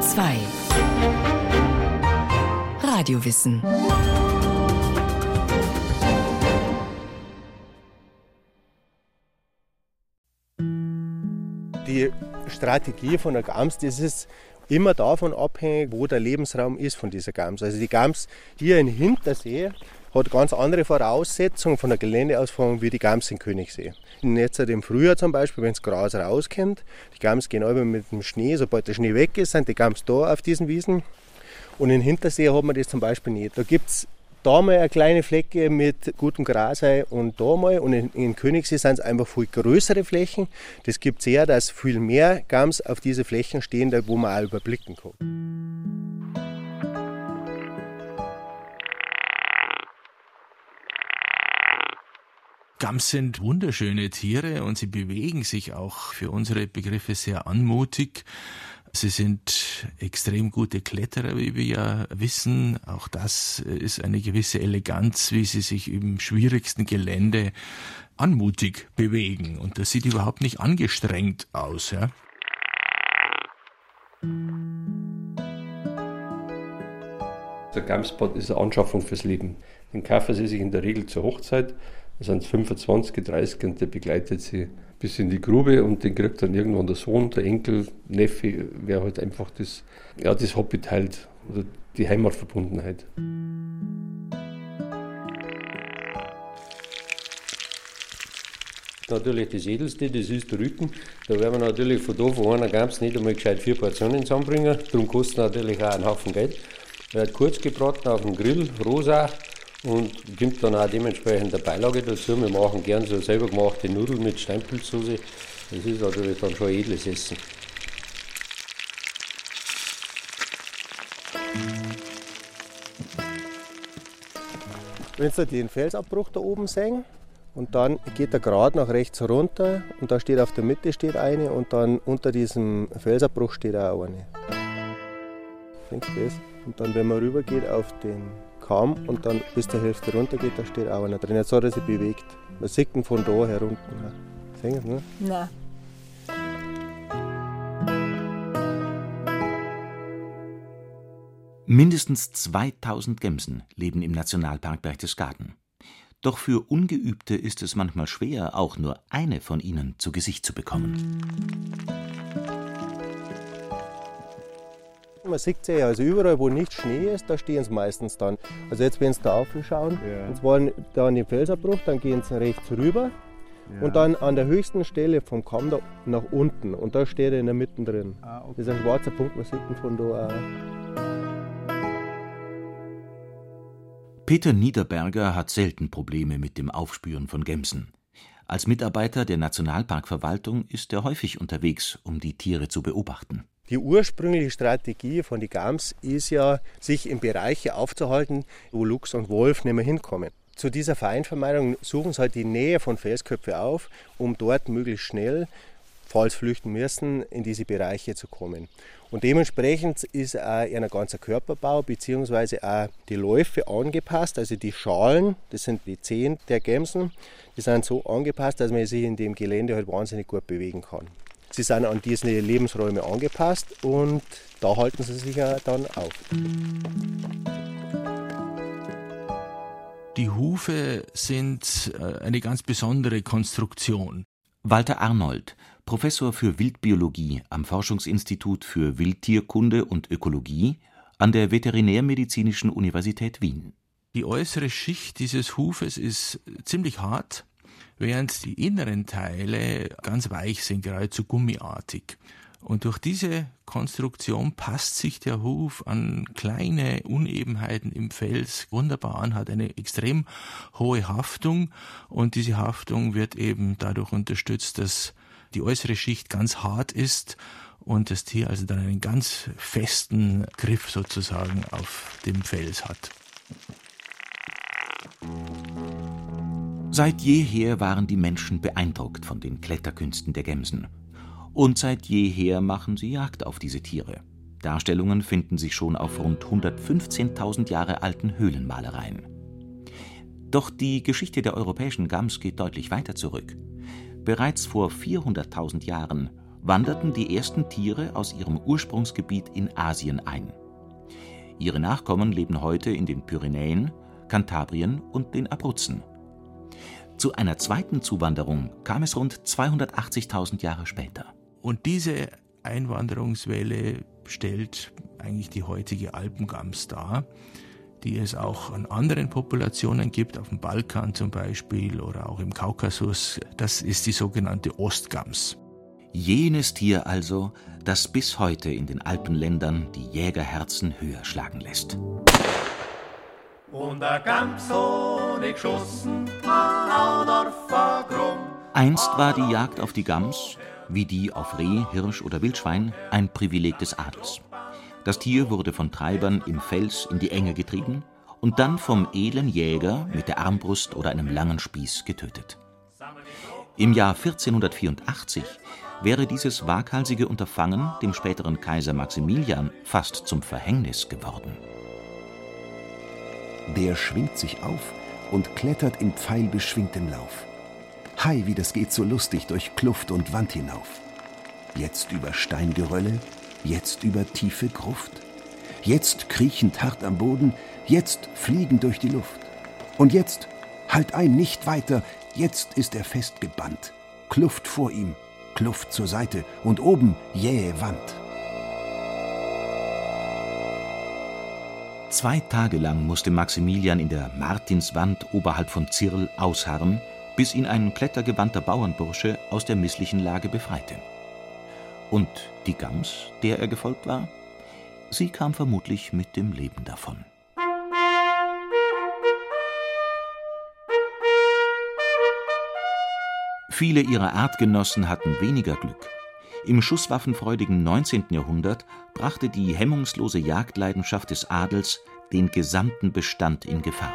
Bayern 2 Radiowissen. Die Strategie von der Gams, das ist immer davon abhängig, wo der Lebensraum ist von dieser Gams. Also die Gams hier in Hintersee hat ganz andere Voraussetzungen von der Geländeausformung wie die Gams in Königssee. Jetzt im Frühjahr zum Beispiel, wenn das Gras rauskommt, die Gams gehen über mit dem Schnee, sobald der Schnee weg ist, sind die Gams da auf diesen Wiesen. Und in Hintersee hat man das zum Beispiel nicht. Da gibt es da mal eine kleine Flecke mit gutem Gras und da mal. Und in Königssee sind es einfach viel größere Flächen. Das gibt es eher, dass viel mehr Gams auf diese Flächen stehen, wo man auch überblicken kann. Gams sind wunderschöne Tiere und sie bewegen sich auch für unsere Begriffe sehr anmutig. Sie sind extrem gute Kletterer, wie wir ja wissen. Auch das ist eine gewisse Eleganz, wie sie sich im schwierigsten Gelände anmutig bewegen. Und das sieht überhaupt nicht angestrengt aus. Ja? Der Gamspot ist eine Anschaffung fürs Leben. Den kaufen sie sich in der Regel zur Hochzeit. Da sind es 25, 30 und der begleitet sie bis in die Grube und den kriegt dann irgendwann der Sohn, der Enkel, Neffe, wer halt einfach das Hobby teilt oder die Heimatverbundenheit. Natürlich das Edelste, das ist der Rücken. Da werden wir natürlich von einer Gams nicht einmal gescheit 4 Portionen zusammenbringen. Darum kostet natürlich auch einen Haufen Geld. Wird kurz gebraten auf dem Grill, rosa. Und gibt dann auch dementsprechend eine Beilage dazu. Wir machen gern so selber gemachte Nudeln mit Steinpilzsoße. Das ist natürlich dann schon ein edles Essen. Wenn Sie den Felsabbruch da oben sehen, und dann geht er gerade nach rechts runter und da steht auf der Mitte steht eine und dann unter diesem Felsabbruch steht auch eine. Denkst du das? Und dann, wenn man rüber geht auf den Kamm und dann bis zur Hälfte runter geht, da steht auch einer drin. Jetzt hat er sich bewegt. Man sieht ihn von da herunter. Sehen Sie es, ne? Nein. Mindestens 2000 Gämsen leben im Nationalpark Berchtesgaden. Doch für Ungeübte ist es manchmal schwer, auch nur eine von ihnen zu Gesicht zu bekommen. Man sieht sie ja, also überall, wo nicht Schnee ist, da stehen sie meistens dann. Also jetzt, wenn Sie da aufschauen, und zwar da an den Felsabbruch, dann gehen sie rechts rüber und dann an der höchsten Stelle vom Kamm da nach unten und da steht er in der Mitte drin. Okay. Das ist ein schwarzer Punkt, man sieht ihn von da auch. Peter Niederberger hat selten Probleme mit dem Aufspüren von Gämsen. Als Mitarbeiter der Nationalparkverwaltung ist er häufig unterwegs, um die Tiere zu beobachten. Die ursprüngliche Strategie von den Gams ist ja, sich in Bereiche aufzuhalten, wo Luchs und Wolf nicht mehr hinkommen. Zu dieser Feindvermeidung suchen sie halt die Nähe von Felsköpfen auf, um dort möglichst schnell, falls flüchten müssen, in diese Bereiche zu kommen. Und dementsprechend ist auch ihr ganzer Körperbau bzw. auch die Läufe angepasst, also die Schalen, das sind die Zehen der Gämsen, die sind so angepasst, dass man sich in dem Gelände halt wahnsinnig gut bewegen kann. Sie sind an diese Lebensräume angepasst und da halten sie sich ja dann auf. Die Hufe sind eine ganz besondere Konstruktion. Walter Arnold, Professor für Wildbiologie am Forschungsinstitut für Wildtierkunde und Ökologie an der Veterinärmedizinischen Universität Wien. Die äußere Schicht dieses Hufes ist ziemlich hart, während die inneren Teile ganz weich sind, geradezu gummiartig. Und durch diese Konstruktion passt sich der Huf an kleine Unebenheiten im Fels wunderbar an, hat eine extrem hohe Haftung und diese Haftung wird eben dadurch unterstützt, dass die äußere Schicht ganz hart ist und das Tier also dann einen ganz festen Griff sozusagen auf dem Fels hat. Seit jeher waren die Menschen beeindruckt von den Kletterkünsten der Gämsen. Und seit jeher machen sie Jagd auf diese Tiere. Darstellungen finden sich schon auf rund 115.000 Jahre alten Höhlenmalereien. Doch die Geschichte der europäischen Gams geht deutlich weiter zurück. Bereits vor 400.000 Jahren wanderten die ersten Tiere aus ihrem Ursprungsgebiet in Asien ein. Ihre Nachkommen leben heute in den Pyrenäen, Kantabrien und den Abruzzen. Zu einer zweiten Zuwanderung kam es rund 280.000 Jahre später. Und diese Einwanderungswelle stellt eigentlich die heutige Alpengams dar, die es auch an anderen Populationen gibt, auf dem Balkan zum Beispiel oder auch im Kaukasus. Das ist die sogenannte Ostgams. Jenes Tier also, das bis heute in den Alpenländern die Jägerherzen höher schlagen lässt. Und der Gams ohne geschossen, an Dorf krumm. Einst war die Jagd auf die Gams, wie die auf Reh, Hirsch oder Wildschwein, ein Privileg des Adels. Das Tier wurde von Treibern im Fels in die Enge getrieben und dann vom edlen Jäger mit der Armbrust oder einem langen Spieß getötet. Im Jahr 1484 wäre dieses waghalsige Unterfangen dem späteren Kaiser Maximilian fast zum Verhängnis geworden. Der schwingt sich auf und klettert in pfeilbeschwingtem Lauf. Hei, wie das geht so lustig durch Kluft und Wand hinauf. Jetzt über Steingerölle, jetzt über tiefe Gruft. Jetzt kriechend hart am Boden, jetzt fliegend durch die Luft. Und jetzt, halt ein, nicht weiter, jetzt ist er festgebannt. Kluft vor ihm, Kluft zur Seite und oben jähe Wand. 2 Tage lang musste Maximilian in der Martinswand oberhalb von Zirl ausharren, bis ihn ein klettergewandter Bauernbursche aus der misslichen Lage befreite. Und die Gams, der er gefolgt war, sie kam vermutlich mit dem Leben davon. Viele ihrer Artgenossen hatten weniger Glück. Im schusswaffenfreudigen 19. Jahrhundert brachte die hemmungslose Jagdleidenschaft des Adels den gesamten Bestand in Gefahr.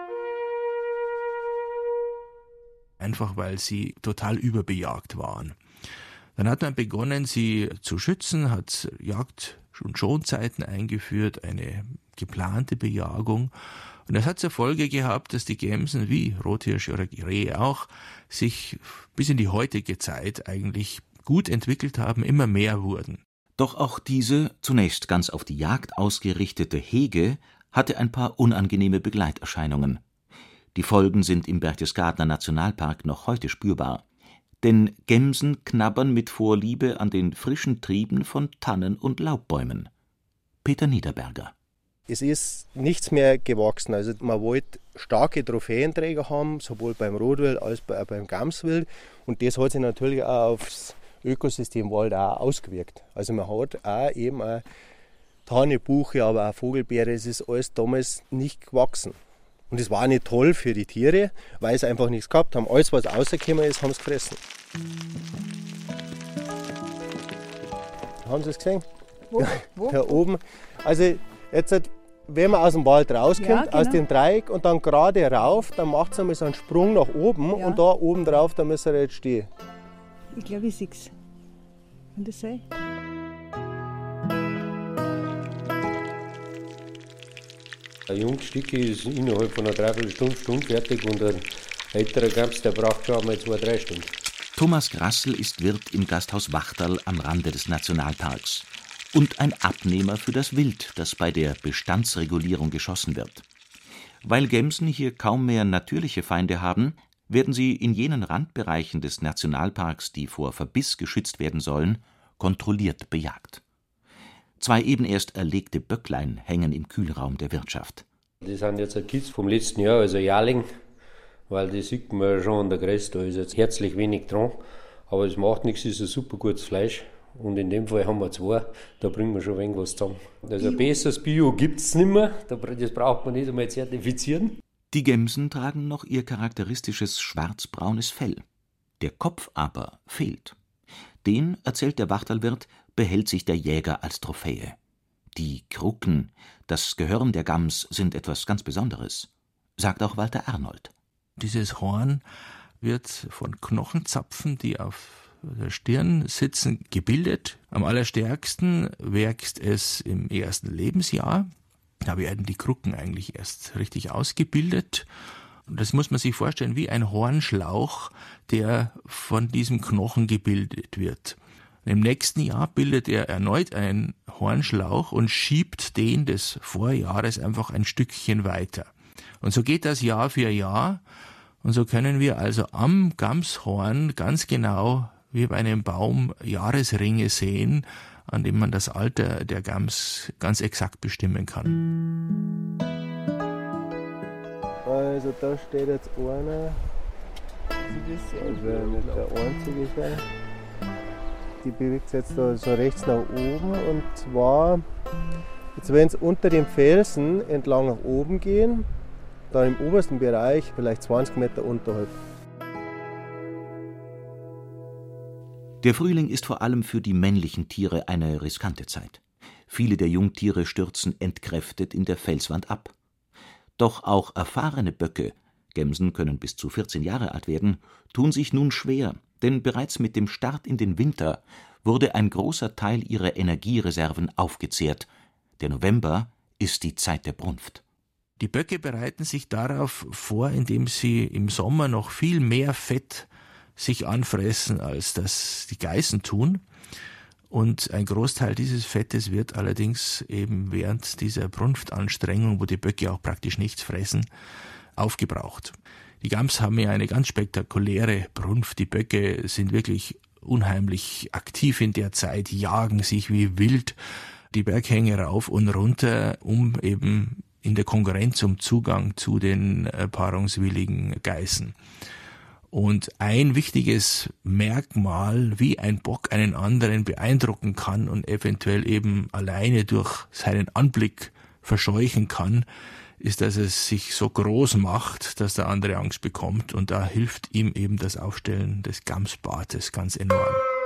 Einfach weil sie total überbejagt waren. Dann hat man begonnen, sie zu schützen, hat Jagd- und Schonzeiten eingeführt, eine geplante Bejagung. Und das hat zur Folge gehabt, dass die Gämsen, wie Rothirsche oder Rehe auch, sich bis in die heutige Zeit eigentlich gut entwickelt haben, immer mehr wurden. Doch auch diese, zunächst ganz auf die Jagd ausgerichtete Hege, hatte ein paar unangenehme Begleiterscheinungen. Die Folgen sind im Berchtesgadener Nationalpark noch heute spürbar. Denn Gämsen knabbern mit Vorliebe an den frischen Trieben von Tannen und Laubbäumen. Peter Niederberger. Es ist nichts mehr gewachsen. Also man wollte starke Trophäenträger haben, sowohl beim Rotwild als auch beim Gamswild. Und das hat sich natürlich auch aufs Ökosystem Wald auch ausgewirkt. Also man hat auch eben auch Tanne, Buche, aber auch Vogelbeere, es ist alles damals nicht gewachsen. Und es war nicht toll für die Tiere, weil sie einfach nichts gehabt haben. Alles, was rausgekommen ist, haben sie gefressen. Haben Sie es gesehen? Wo? Da oben. Also jetzt, wenn man aus dem Wald rauskommt, Ja, genau. aus dem Dreieck und dann gerade rauf, dann macht es einmal so einen Sprung nach oben Ja. und da oben drauf, da müssen wir jetzt stehen. Ich glaube, ich sehe es. Kann das sein? Ein Jungstück ist innerhalb von einer Dreiviertelstunde fertig und ein älterer Gams, der braucht schon einmal 2-3 Stunden. Thomas Grassl ist Wirt im Gasthaus Wachterl am Rande des Nationalparks und ein Abnehmer für das Wild, das bei der Bestandsregulierung geschossen wird. Weil Gämsen hier kaum mehr natürliche Feinde haben, werden sie in jenen Randbereichen des Nationalparks, die vor Verbiss geschützt werden sollen, kontrolliert bejagt. 2 eben erst erlegte Böcklein hängen im Kühlraum der Wirtschaft. Das sind jetzt ein Kitz vom letzten Jahr, also ein Jahrling, weil das sieht man schon an der Gräs, da ist jetzt herzlich wenig dran, aber es macht nichts, es ist ein super gutes Fleisch und in dem Fall haben wir 2, da bringen wir schon ein wenig was zusammen. Also ein besseres Bio gibt es nicht mehr, das braucht man nicht einmal zertifizieren. Die Gämsen tragen noch ihr charakteristisches schwarzbraunes Fell. Der Kopf aber fehlt. Den, erzählt der Wachterlwirt, behält sich der Jäger als Trophäe. Die Krucken, das Gehirn der Gams, sind etwas ganz Besonderes, sagt auch Walter Arnold. Dieses Horn wird von Knochenzapfen, die auf der Stirn sitzen, gebildet. Am allerstärksten wächst es im ersten Lebensjahr. Da werden die Krucken eigentlich erst richtig ausgebildet. Und das muss man sich vorstellen wie ein Hornschlauch, der von diesem Knochen gebildet wird. Im nächsten Jahr bildet er erneut einen Hornschlauch und schiebt den des Vorjahres einfach ein Stückchen weiter. Und so geht das Jahr für Jahr. Und so können wir also am Gamshorn ganz genau wie bei einem Baum Jahresringe sehen, an dem man das Alter der Gams ganz exakt bestimmen kann. Also da steht jetzt einer, also nicht der einzige sein. Die bewegt sich jetzt da so rechts nach oben und zwar, jetzt wenn es unter dem Felsen entlang nach oben gehen, da im obersten Bereich, vielleicht 20 Meter unterhalb. Der Frühling ist vor allem für die männlichen Tiere eine riskante Zeit. Viele der Jungtiere stürzen entkräftet in der Felswand ab. Doch auch erfahrene Böcke, Gämsen können bis zu 14 Jahre alt werden, tun sich nun schwer, denn bereits mit dem Start in den Winter wurde ein großer Teil ihrer Energiereserven aufgezehrt. Der November ist die Zeit der Brunft. Die Böcke bereiten sich darauf vor, indem sie im Sommer noch viel mehr Fett sich anfressen, als das die Geißen tun. Und ein Großteil dieses Fettes wird allerdings eben während dieser Brunftanstrengung, wo die Böcke auch praktisch nichts fressen, aufgebraucht. Die Gams haben ja eine ganz spektakuläre Brunft. Die Böcke sind wirklich unheimlich aktiv in der Zeit, jagen sich wie wild die Berghänge rauf und runter, um eben in der Konkurrenz um Zugang zu den paarungswilligen Geißen. Und ein wichtiges Merkmal, wie ein Bock einen anderen beeindrucken kann und eventuell eben alleine durch seinen Anblick verscheuchen kann, ist, dass es sich so groß macht, dass der andere Angst bekommt. Und da hilft ihm eben das Aufstellen des Gamsbartes ganz enorm.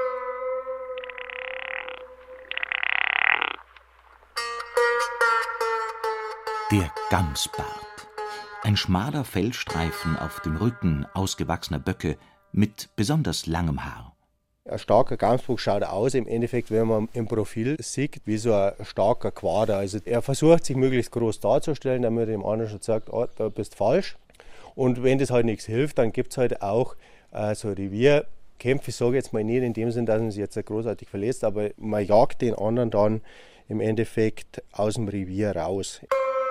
Der Gamsbart. Ein schmaler Fellstreifen auf dem Rücken ausgewachsener Böcke mit besonders langem Haar. Ein starker Gamsbock schaut aus, im Endeffekt, wenn man im Profil sieht, wie so ein starker Quader. Also er versucht, sich möglichst groß darzustellen, damit er dem anderen schon sagt, oh, da bist falsch. Und wenn das halt nichts hilft, dann gibt es halt auch so Revierkämpfe, ich sage jetzt mal nicht in dem Sinn, dass man sich jetzt großartig verletzt, aber man jagt den anderen dann im Endeffekt aus dem Revier raus.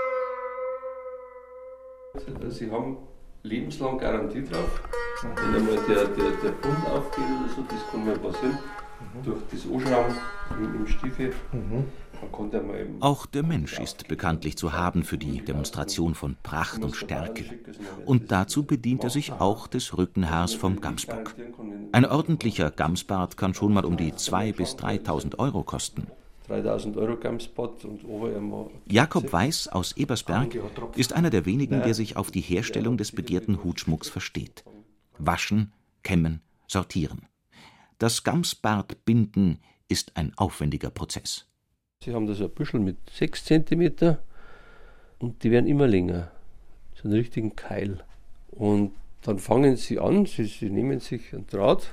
Sie haben lebenslang Garantie drauf. Wenn einmal der Bund aufgeht oder so, das kann mal passieren. Durch das Anschrauben im Stiefel. Man kann da mal Auch der Mensch ist bekanntlich zu haben für die Demonstration von Pracht und Stärke. Und dazu bedient er sich auch des Rückenhaars vom Gamsbock. Ein ordentlicher Gamsbart kann schon mal um die 2.000 bis 3.000 Euro kosten. 3.000 Euro Gamsbart und oben Jakob Weiß aus Ebersberg ist einer der wenigen, der sich auf die Herstellung des begehrten Hutschmucks versteht. Waschen, kämmen, sortieren. Das Gamsbartbinden ist ein aufwendiger Prozess. Sie haben da so ein Büschel mit 6 cm und die werden immer länger. So einen richtigen Keil. Und dann fangen sie an, sie nehmen sich einen Draht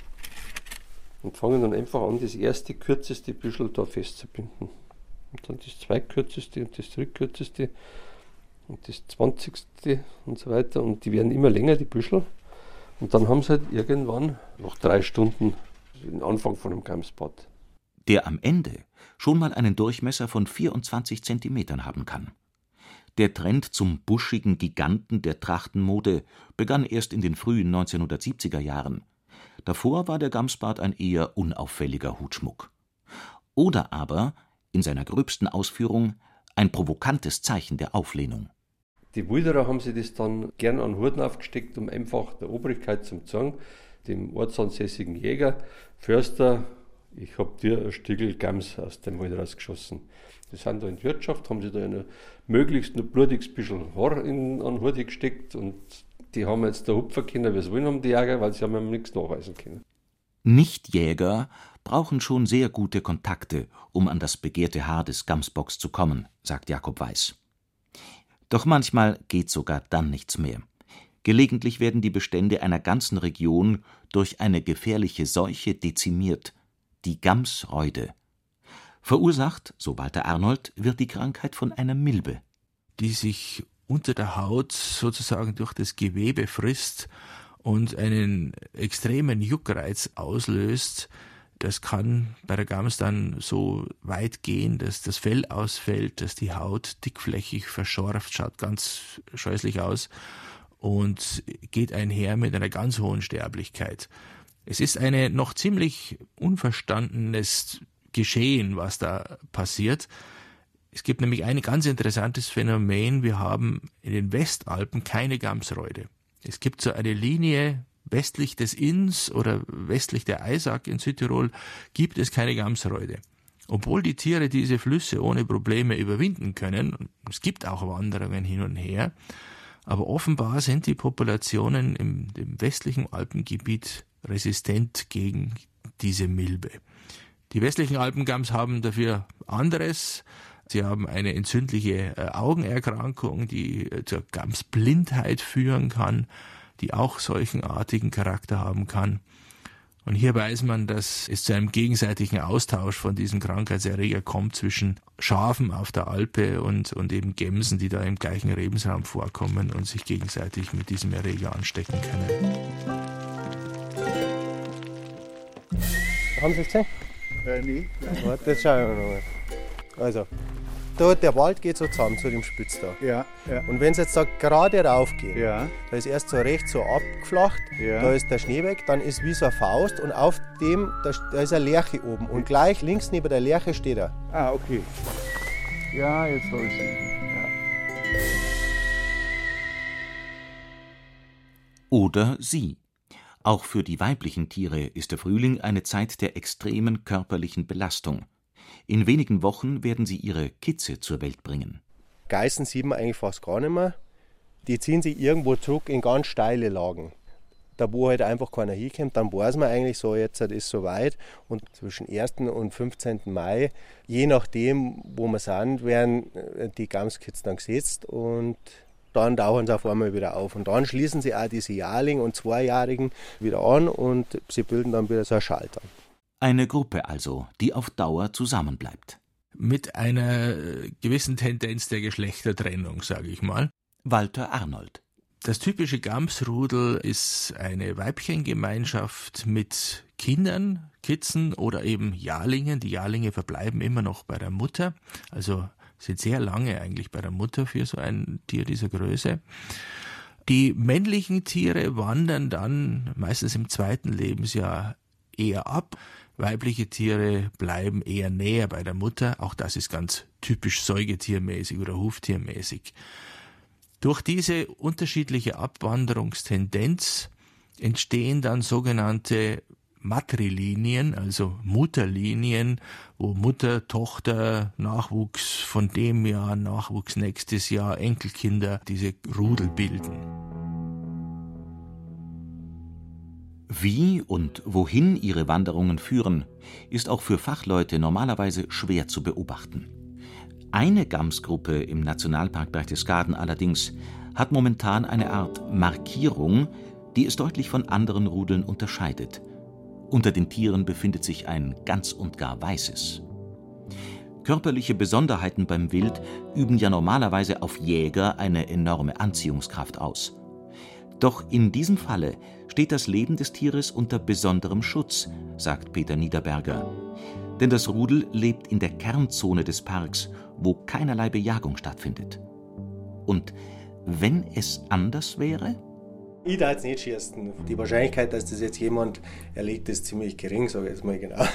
und fangen dann einfach an, das erste, kürzeste Büschel da festzubinden. Und dann das zweitkürzeste und das drittkürzeste und das 20. und so weiter. Und die werden immer länger, die Büschel. Und dann haben sie halt irgendwann nach 3 Stunden den Anfang von einem Gamsbart. Der am Ende schon mal einen Durchmesser von 24 Zentimetern haben kann. Der Trend zum buschigen Giganten der Trachtenmode begann erst in den frühen 1970er Jahren. Davor war der Gamsbart ein eher unauffälliger Hutschmuck. Oder aber, in seiner gröbsten Ausführung, ein provokantes Zeichen der Auflehnung. Die Wilderer haben sich das dann gern an den Hut aufgesteckt, um einfach der Obrigkeit zu sagen, dem ortsansässigen Jäger, Förster, ich hab dir ein Stückel Gams aus dem Wald rausgeschossen. Die sind da in die Wirtschaft, haben sich da möglichst ein blutiges bisschen Haar an den Hut gesteckt und die haben jetzt da hupfen können, wie sie wollen, haben die Jäger, weil sie haben ihm nichts nachweisen können. Nichtjäger brauchen schon sehr gute Kontakte, um an das begehrte Haar des Gamsbocks zu kommen, sagt Jakob Weiß. Doch manchmal geht sogar dann nichts mehr. Gelegentlich werden die Bestände einer ganzen Region durch eine gefährliche Seuche dezimiert, die Gamsreude. Verursacht, so Walter Arnold, wird die Krankheit von einer Milbe, die sich unter der Haut sozusagen durch das Gewebe frisst und einen extremen Juckreiz auslöst, Das kann bei der Gams dann so weit gehen, dass das Fell ausfällt, dass die Haut dickflächig verschorft, schaut ganz scheußlich aus und geht einher mit einer ganz hohen Sterblichkeit. Es ist ein noch ziemlich unverstandenes Geschehen, was da passiert. Es gibt nämlich ein ganz interessantes Phänomen. Wir haben in den Westalpen keine Gamsräude. Es gibt so eine Linie westlich des Inns oder westlich der Eisack in Südtirol gibt es keine Gamsräude. Obwohl die Tiere diese Flüsse ohne Probleme überwinden können. Es gibt auch Wanderungen hin und her. Aber offenbar sind die Populationen im westlichen Alpengebiet resistent gegen diese Milbe. Die westlichen Alpengams haben dafür anderes. Sie haben eine entzündliche Augenerkrankung, die zur Gamsblindheit führen kann, die auch solchenartigen Charakter haben kann. Und hier weiß man, dass es zu einem gegenseitigen Austausch von diesem Krankheitserreger kommt zwischen Schafen auf der Alpe und eben Gämsen, die da im gleichen Lebensraum vorkommen und sich gegenseitig mit diesem Erreger anstecken können. Haben Sie es gesehen? Nee. Warte, jetzt schauen wir nochmal. Also, der Wald geht so zusammen zu dem Spitz da. Ja. Und wenn es jetzt da gerade rauf geht, Ja. da ist erst so rechts so abgeflacht, Ja. da ist der Schnee weg, dann ist wie so eine Faust und auf dem, da ist eine Lerche oben. Und gleich links neben der Lerche steht er. Ah, okay. Ja, jetzt habe ich sie. Ja. Oder sie. Auch für die weiblichen Tiere ist der Frühling eine Zeit der extremen körperlichen Belastung. In wenigen Wochen werden sie ihre Kitze zur Welt bringen. Geißen sieht man eigentlich fast gar nicht mehr. Die ziehen sich irgendwo zurück in ganz steile Lagen. Da wo halt einfach keiner hinkommt, dann weiß man eigentlich so, jetzt ist es soweit. Und zwischen 1. und 15. Mai, je nachdem, wo wir sind, werden die Gamskitze dann gesetzt und dann tauchen sie auf einmal wieder auf. Und dann schließen sie auch diese Jahrling- und Zweijährigen wieder an und sie bilden dann wieder so einen Schalter. Eine Gruppe also, die auf Dauer zusammenbleibt. Mit einer gewissen Tendenz der Geschlechtertrennung, sage ich mal. Walter Arnold. Das typische Gamsrudel ist eine Weibchengemeinschaft mit Kindern, Kitzen oder eben Jahrlingen. Die Jahrlinge verbleiben immer noch bei der Mutter, also sind sehr lange eigentlich bei der Mutter für so ein Tier dieser Größe. Die männlichen Tiere wandern dann meistens im 2. Lebensjahr eher ab. Weibliche Tiere bleiben eher näher bei der Mutter. Auch das ist ganz typisch säugetiermäßig oder huftiermäßig. Durch diese unterschiedliche Abwanderungstendenz entstehen dann sogenannte Matrilinien, also Mutterlinien, wo Mutter, Tochter, Nachwuchs von dem Jahr, Nachwuchs nächstes Jahr, Enkelkinder diese Rudel bilden. Wie und wohin ihre Wanderungen führen, ist auch für Fachleute normalerweise schwer zu beobachten. Eine Gamsgruppe im Nationalpark Berchtesgaden allerdings hat momentan eine Art Markierung, die es deutlich von anderen Rudeln unterscheidet. Unter den Tieren befindet sich ein ganz und gar weißes. Körperliche Besonderheiten beim Wild üben ja normalerweise auf Jäger eine enorme Anziehungskraft aus. Doch in diesem Falle steht das Leben des Tieres unter besonderem Schutz, sagt Peter Niederberger. Denn das Rudel lebt in der Kernzone des Parks, wo keinerlei Bejagung stattfindet. Und wenn es anders wäre? Ich darf jetzt nicht schießen. Die Wahrscheinlichkeit, dass das jetzt jemand erlegt, ist ziemlich gering, sage ich jetzt mal genau.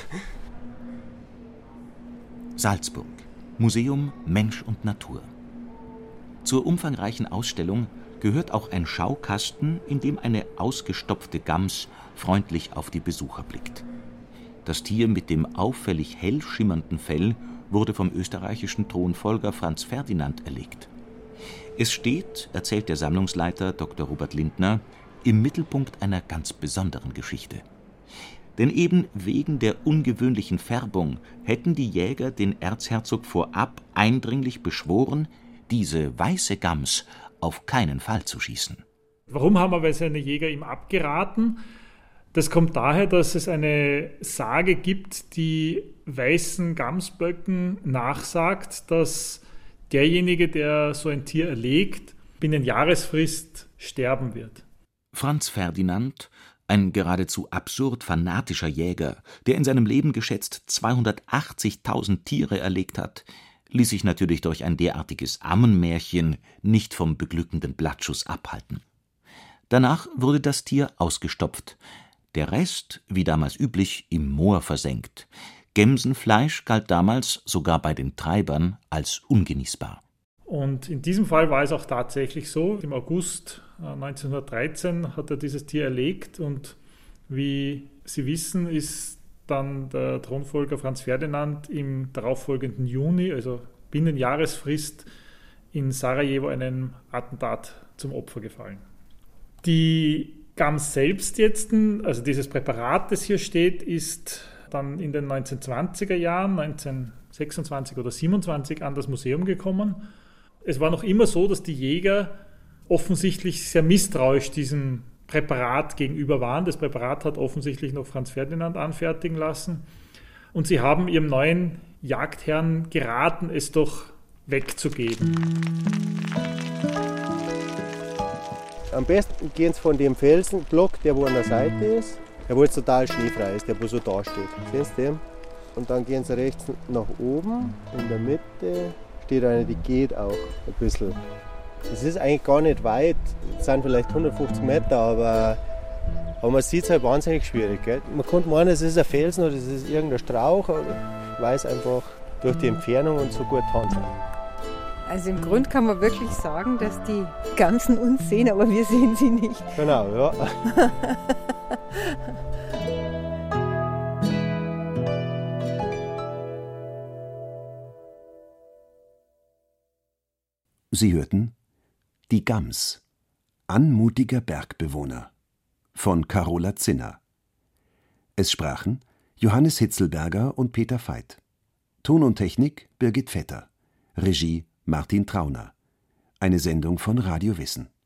Salzburg. Museum Mensch und Natur. Zur umfangreichen Ausstellung gehört auch ein Schaukasten, in dem eine ausgestopfte Gams freundlich auf die Besucher blickt. Das Tier mit dem auffällig hell schimmernden Fell wurde vom österreichischen Thronfolger Franz Ferdinand erlegt. Es steht, erzählt der Sammlungsleiter Dr. Robert Lindner, im Mittelpunkt einer ganz besonderen Geschichte. Denn eben wegen der ungewöhnlichen Färbung hätten die Jäger den Erzherzog vorab eindringlich beschworen, diese weiße Gams auf keinen Fall zu schießen. Warum haben aber seine Jäger ihm abgeraten? Das kommt daher, dass es eine Sage gibt, die weißen Gamsböcken nachsagt, dass derjenige, der so ein Tier erlegt, binnen Jahresfrist sterben wird. Franz Ferdinand, ein geradezu absurd fanatischer Jäger, der in seinem Leben geschätzt 280.000 Tiere erlegt hat, ließ sich natürlich durch ein derartiges Ammenmärchen nicht vom beglückenden Blattschuss abhalten. Danach wurde das Tier ausgestopft, der Rest, wie damals üblich, im Moor versenkt. Gemsenfleisch galt damals sogar bei den Treibern als ungenießbar. Und in diesem Fall war es auch tatsächlich so. Im August 1913 hat er dieses Tier erlegt und wie Sie wissen, ist dann der Thronfolger Franz Ferdinand im darauffolgenden Juni, also binnen Jahresfrist, in Sarajevo einem Attentat zum Opfer gefallen. Die Gams selbst jetzt, also dieses Präparat, das hier steht, ist dann in den 1920er Jahren, 1926 oder 27, an das Museum gekommen. Es war noch immer so, dass die Jäger offensichtlich sehr misstrauisch diesem Präparat gegenüber waren. Das Präparat hat offensichtlich noch Franz Ferdinand anfertigen lassen. Und sie haben ihrem neuen Jagdherrn geraten, es doch wegzugeben. Am besten gehen sie von dem Felsenblock, der wo an der Seite ist, der wo jetzt total schneefrei ist, der wo so da steht. Sehen Sie den? Und dann gehen sie rechts nach oben, in der Mitte steht eine, die geht auch ein bisschen. Es ist eigentlich gar nicht weit, es sind vielleicht 150 Meter, aber man sieht es halt wahnsinnig schwierig. Gell? Man könnte meinen, es ist ein Felsen oder es ist irgendein Strauch, aber ich weiß einfach durch die Entfernung und so gut tanzen. Also im Grunde kann man wirklich sagen, dass die Gamsen uns sehen, aber wir sehen sie nicht. Genau, ja. Sie hörten Die Gams, anmutiger Bergbewohner von Carola Zinner. Es sprachen Johannes Hitzelberger und Peter Veit. Ton und Technik Birgit Vetter. Regie Martin Trauner. Eine Sendung von Radio Wissen.